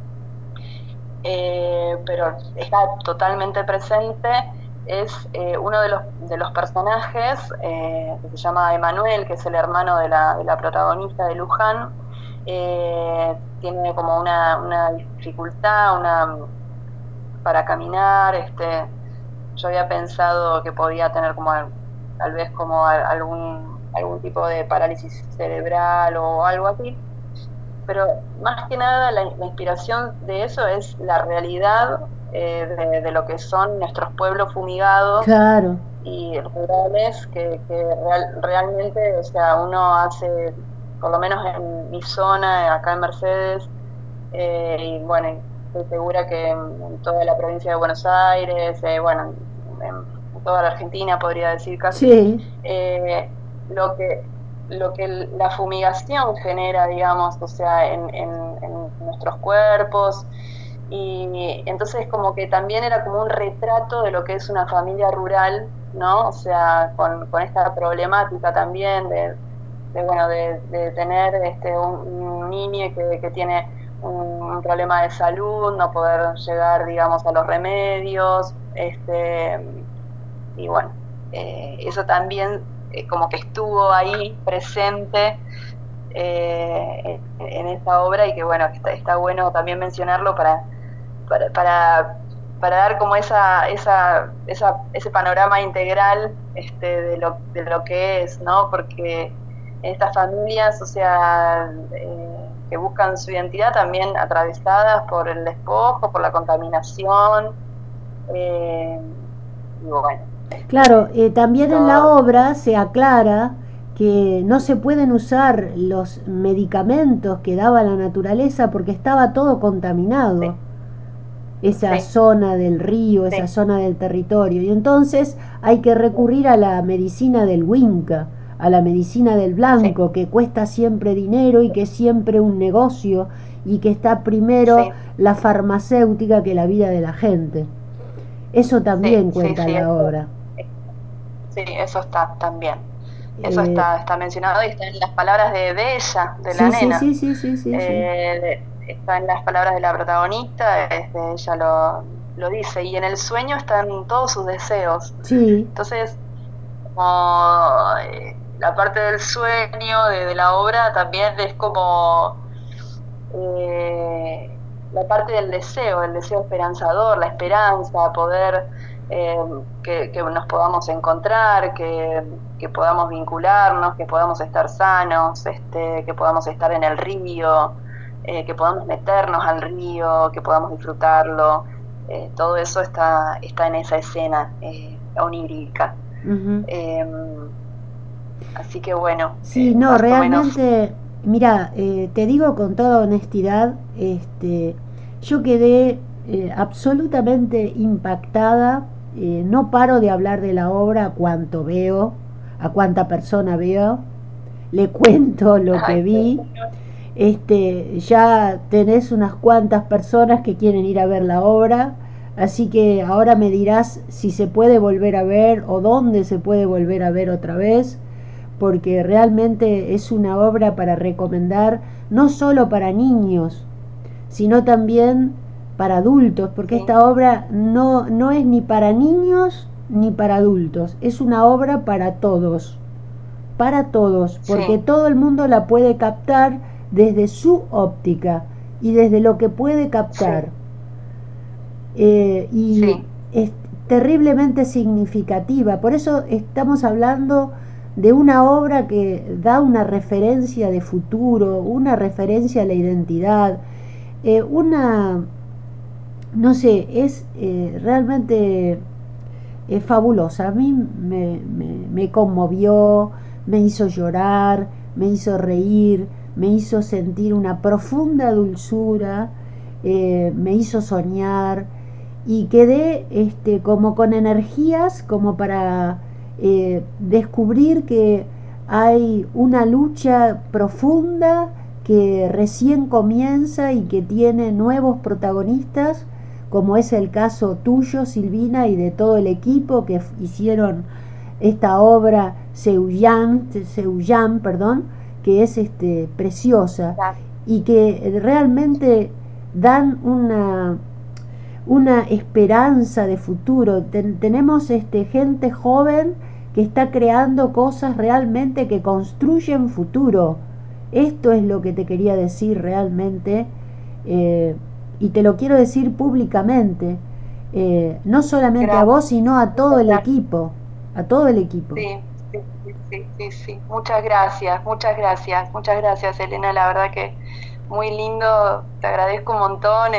pero está totalmente presente, es uno de los personajes, que se llama Emanuel, que es el hermano de la protagonista de Luján. Tiene como una dificultad para caminar. Yo había pensado que podía tener como tal vez como algún tipo de parálisis cerebral o algo así, pero más que nada la inspiración de eso es la realidad de lo que son nuestros pueblos fumigados. Claro. Y rurales que realmente, o sea, uno hace, por lo menos en mi zona, acá en Mercedes, y bueno, estoy segura que en toda la provincia de Buenos Aires, bueno, en toda la Argentina podría decir casi, sí. Lo que la fumigación genera, digamos, o sea, en nuestros cuerpos. Y entonces como que también era como un retrato de lo que es una familia rural ¿no? O sea, con esta problemática también de tener un niño que tiene un problema de salud, no poder llegar, digamos, a los remedios, y bueno, eso también como que estuvo ahí presente en esta obra, y que bueno, está bueno también mencionarlo para, para, para dar como ese panorama integral de lo que es, ¿no? Porque estas familias, o sea, que buscan su identidad también atravesadas por el despojo, por la contaminación, y bueno. Claro, también en la obra se aclara que no se pueden usar los medicamentos que daba la naturaleza porque estaba todo contaminado. Sí. Esa zona del río, esa zona del territorio. Y entonces hay que recurrir a la medicina del Winca, a la medicina del blanco, que cuesta siempre dinero y que es siempre un negocio y que está primero la farmacéutica que la vida de la gente. Eso también cuenta la obra. Sí, eso está también. Eso está mencionado y está en las palabras de ella, de la nena. Sí. Está en las palabras de la protagonista, ella lo dice, y en el sueño están todos sus deseos. Sí. Entonces, como la parte del sueño de la obra también es como la parte del deseo, el deseo esperanzador, la esperanza, poder que nos podamos encontrar, que podamos vincularnos, que podamos estar sanos, que podamos estar en el río, que podamos meternos al río, que podamos disfrutarlo. Todo eso está en esa escena onírica. Uh-huh. Así que bueno. Sí, no, realmente, mira, te digo con toda honestidad, yo quedé absolutamente impactada. No paro de hablar de la obra a cuanto veo, a cuánta persona veo, le cuento lo que vi. Ya tenés unas cuantas personas que quieren ir a ver la obra, así que ahora me dirás si se puede volver a ver o dónde se puede volver a ver otra vez, porque realmente es una obra para recomendar, no solo para niños, sino también para adultos, porque esta obra no es ni para niños ni para adultos, es una obra para todos, porque todo el mundo la puede captar desde su óptica y desde lo que puede captar. Es terriblemente significativa, por eso estamos hablando de una obra que da una referencia de futuro, una referencia a la identidad, no sé, es realmente fabulosa. A mí me conmovió, me hizo llorar, me hizo reír, me hizo sentir una profunda dulzura, me hizo soñar, y quedé como con energías como para descubrir que hay una lucha profunda que recién comienza y que tiene nuevos protagonistas, como es el caso tuyo, Silvina, y de todo el equipo que hicieron esta obra Seullan, que es preciosa, y que realmente dan una esperanza de futuro. Tenemos gente joven que está creando cosas realmente que construyen futuro. Esto es lo que te quería decir realmente, y te lo quiero decir públicamente, no solamente a vos, sino a todo el equipo, Sí. Muchas gracias, Elena, la verdad que muy lindo, te agradezco un montón,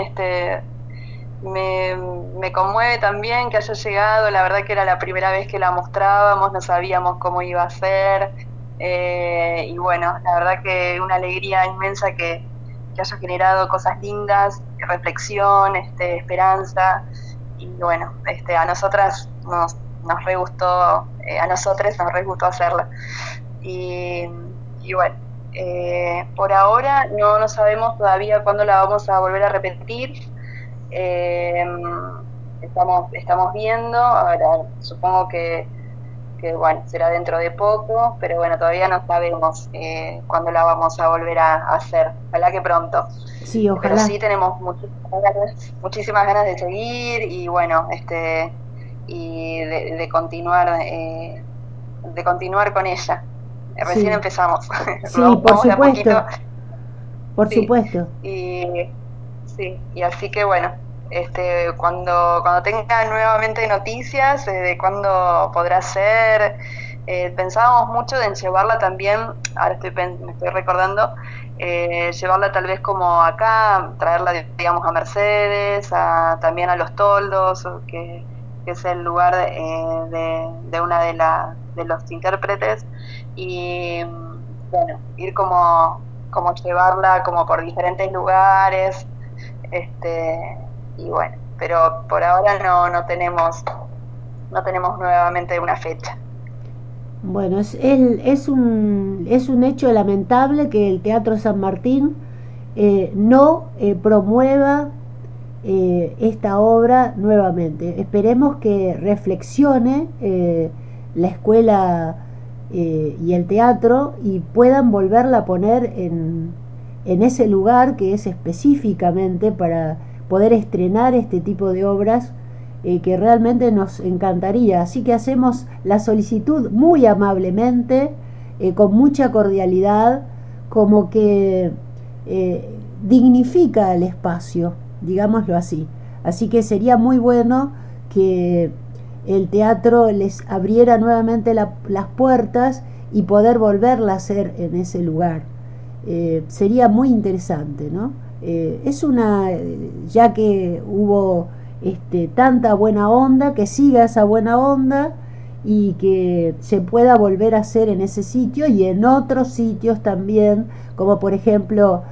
me conmueve también que haya llegado, la verdad que era la primera vez que la mostrábamos, no sabíamos cómo iba a ser, y bueno, la verdad que una alegría inmensa que haya generado cosas lindas, reflexión, esperanza, y bueno, a nosotras nos re gustó, a nosotros nos re gustó hacerla, y bueno, por ahora no sabemos todavía cuándo la vamos a volver a repetir. Estamos viendo, ahora supongo que que bueno, será dentro de poco, pero bueno, todavía no sabemos cuándo la vamos a volver a hacer. Ojalá que pronto. Sí, Pero ojalá. sí tenemos muchísimas ganas de seguir y bueno, y de continuar con ella. Recién Sí, empezamos, sí, por vamos de a poquito, supuesto, por sí, supuesto. y sí, y así que bueno, cuando tenga nuevamente noticias de cuándo podrá ser, pensábamos mucho en llevarla también, ahora me estoy recordando, llevarla tal vez como acá, traerla, digamos, a Mercedes, también a Los Toldos, que es el lugar de una de los intérpretes, y bueno, ir como llevarla como por diferentes lugares, y bueno, pero por ahora no tenemos nuevamente una fecha. Bueno, es un hecho lamentable que el Teatro San Martín no promueva esta obra nuevamente. Esperemos que reflexione la escuela y el teatro y puedan volverla a poner en ese lugar que es específicamente para poder estrenar este tipo de obras que realmente nos encantaría. Así que hacemos la solicitud muy amablemente, con mucha cordialidad, como que dignifica el espacio, digámoslo así. Así que sería muy bueno que el teatro les abriera nuevamente las puertas y poder volverla a hacer en ese lugar. Sería muy interesante, ¿no? Es una, ya que hubo tanta buena onda, que siga esa buena onda y que se pueda volver a hacer en ese sitio y en otros sitios también, como por ejemplo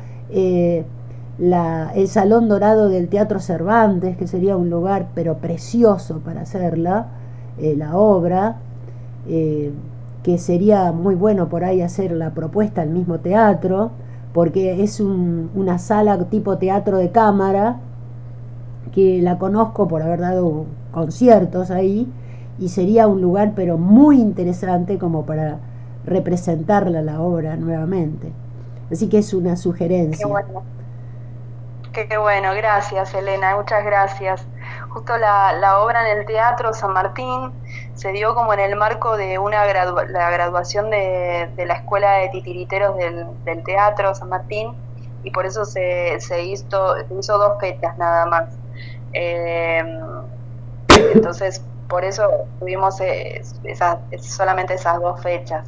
el Salón Dorado del Teatro Cervantes, que sería un lugar pero precioso para hacerla, la obra, que sería muy bueno por ahí hacer la propuesta al mismo teatro, porque es una sala tipo teatro de cámara, que la conozco por haber dado conciertos ahí, y sería un lugar pero muy interesante como para representarla la obra nuevamente. Así que es una Qué sugerencia. bueno. Qué bueno, gracias Elena, muchas gracias. Justo la obra en el Teatro San Martín se dio como en el marco de la graduación de la Escuela de Titiriteros del Teatro San Martín, y por eso se hizo 2 fechas nada más. Eh, entonces, por eso tuvimos solamente esas 2 fechas.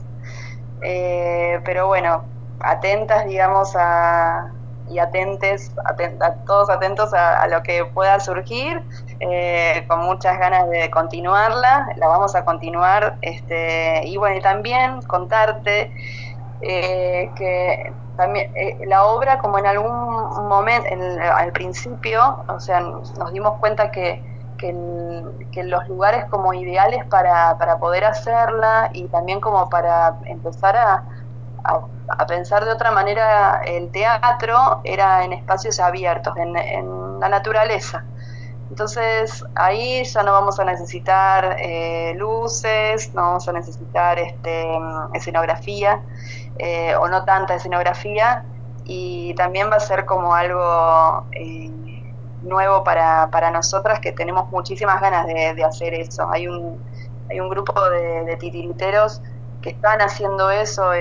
Pero bueno, atentas, digamos, y todos atentos a lo que pueda surgir, con muchas ganas de continuarla, la vamos a continuar, y bueno, y también contarte que también la obra, como en algún momento, al principio, o sea, nos dimos cuenta que los lugares como ideales para poder hacerla y también como para empezar a pensar de otra manera el teatro era en espacios abiertos, en la naturaleza. Entonces ahí ya no vamos a necesitar luces, no vamos a necesitar escenografía, o no tanta escenografía, y también va a ser como algo nuevo para nosotras, que tenemos muchísimas ganas de hacer eso. Hay un grupo de titiriteros que están haciendo eso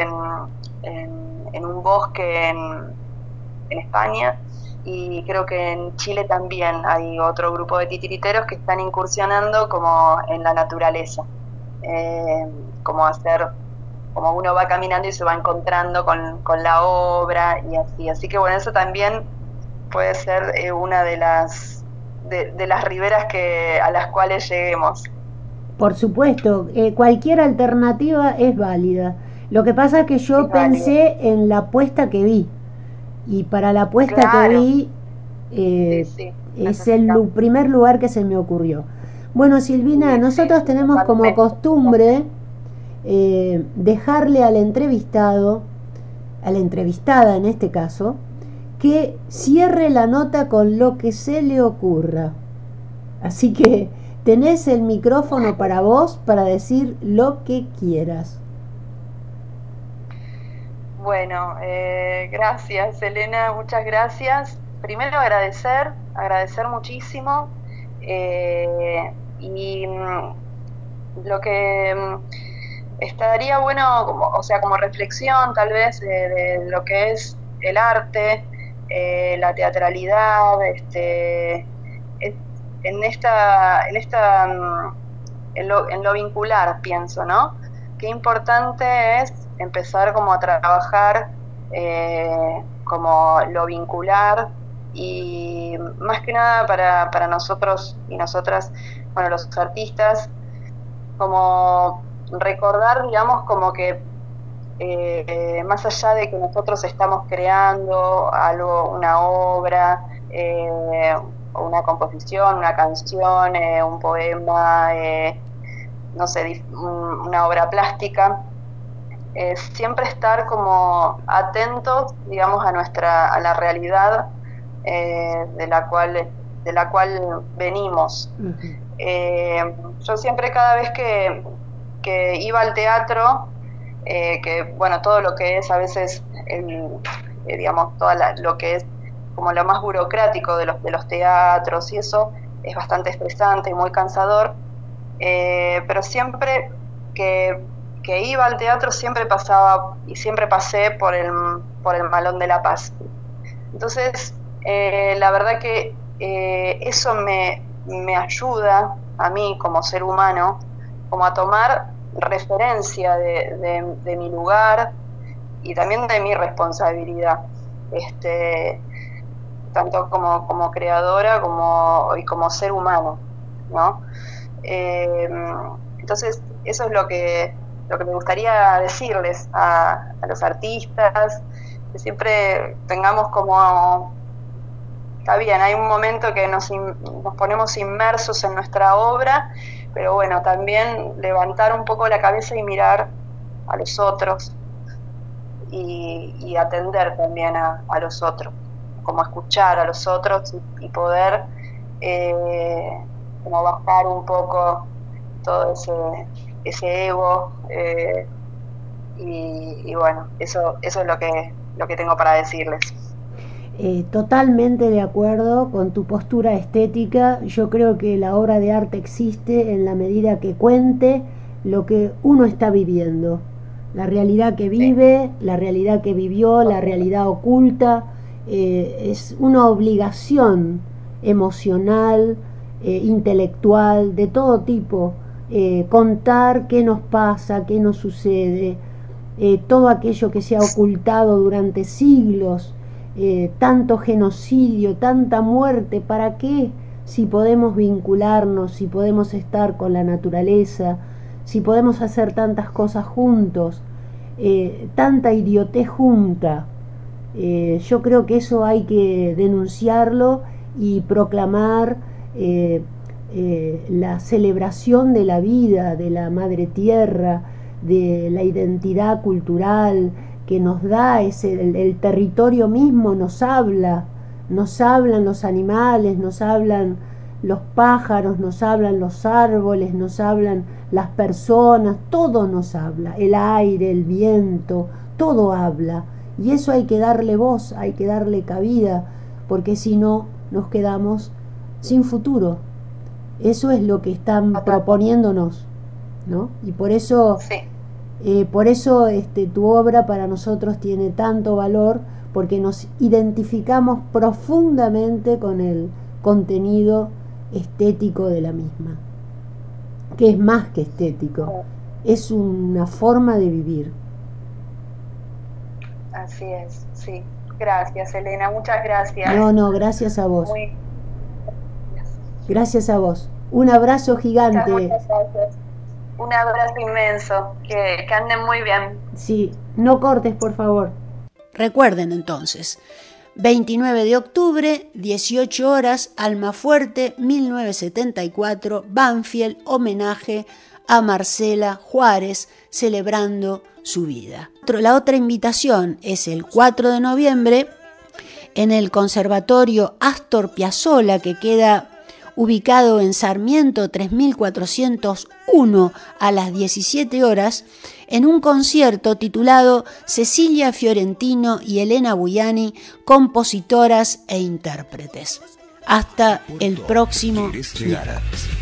en un bosque en España, y creo que en Chile también hay otro grupo de titiriteros que están incursionando como en la naturaleza, como uno va caminando y se va encontrando con la obra y así que bueno, eso también puede ser una de las riberas a las cuales lleguemos. Por supuesto, cualquier alternativa es válida. Lo que pasa es que yo Es válido. pensé en la apuesta que vi. Y para la apuesta que Claro, vi, sí, es necesitamos. primer lugar que se me ocurrió. Bueno, Silvina, Sí, nosotros tenemos como totalmente. costumbre dejarle al entrevistado, a la entrevistada en este caso, que cierre la nota con lo que se le ocurra. Así que Tenés el micrófono para vos para decir lo que quieras. Bueno, gracias Elena, muchas gracias. Primero agradecer muchísimo y lo que estaría bueno, como reflexión tal vez de lo que es el arte, la teatralidad, en lo vincular, pienso, ¿no? Qué importante es empezar como a trabajar como lo vincular, y más que nada para nosotros y nosotras, bueno, los artistas, como recordar, digamos, como que más allá de que nosotros estamos creando algo, una obra, o una composición, una canción, un poema, no sé, una obra plástica, siempre estar como atentos, digamos, a la realidad de la cual venimos. Yo siempre, cada vez que iba al teatro, que bueno, todo lo que es a veces digamos, lo que es como lo más burocrático de los teatros, y eso es bastante estresante y muy cansador, pero siempre que iba al teatro siempre pasaba y siempre pasé por el Malón de la Paz. Entonces la verdad que eso me ayuda a mí como ser humano como a tomar referencia de mi lugar y también de mi responsabilidad, tanto como creadora y como ser humano, ¿no? Entonces eso es lo que me gustaría decirles a los artistas, que siempre tengamos como, está bien, hay un momento que nos ponemos inmersos en nuestra obra, pero bueno, también levantar un poco la cabeza y mirar a los otros y atender también a los otros, como escuchar a los otros y poder como bajar un poco todo ese ego, y bueno, eso es lo que tengo para decirles. Totalmente de acuerdo con tu postura estética. Yo creo que la obra de arte existe en la medida que cuente lo que uno está viviendo, la realidad que vive, la realidad que vivió, la realidad oculta. Es una obligación emocional, intelectual, de todo tipo, contar qué nos pasa, qué nos sucede, todo aquello que se ha ocultado durante siglos. Tanto genocidio, tanta muerte, ¿para qué? Si podemos vincularnos, si podemos estar con la naturaleza, si podemos hacer tantas cosas juntos, tanta idiotez junta. Yo creo que eso hay que denunciarlo y proclamar la celebración de la vida, de la madre tierra, de la identidad cultural que nos da el territorio mismo. Nos hablan los animales, nos hablan los pájaros, nos hablan los árboles, nos hablan las personas, todo nos habla, el aire, el viento, todo habla, y eso hay que darle voz, hay que darle cabida, porque si no nos quedamos sin futuro. Eso es lo que están proponiéndonos, ¿no? Y por eso sí. Tu obra para nosotros tiene tanto valor, porque nos identificamos profundamente con el contenido estético de la misma, que es más que estético, es una forma de vivir. Así es, sí. Gracias, Elena, muchas gracias. No, gracias a vos. Gracias a vos. Un abrazo gigante. Muchas gracias. Un abrazo inmenso, que anden muy bien. Sí, no cortes, por favor. Recuerden entonces, 29 de octubre, 18 horas, Almafuerte, 1974, Banfield, homenaje a Marcela Juárez, celebrando su vida. La otra invitación es el 4 de noviembre en el Conservatorio Astor Piazzolla, que queda ubicado en Sarmiento 3401 a las 17 horas, en un concierto titulado Cecilia Fiorentino y Elena Buiani, compositoras e intérpretes. Hasta el próximo.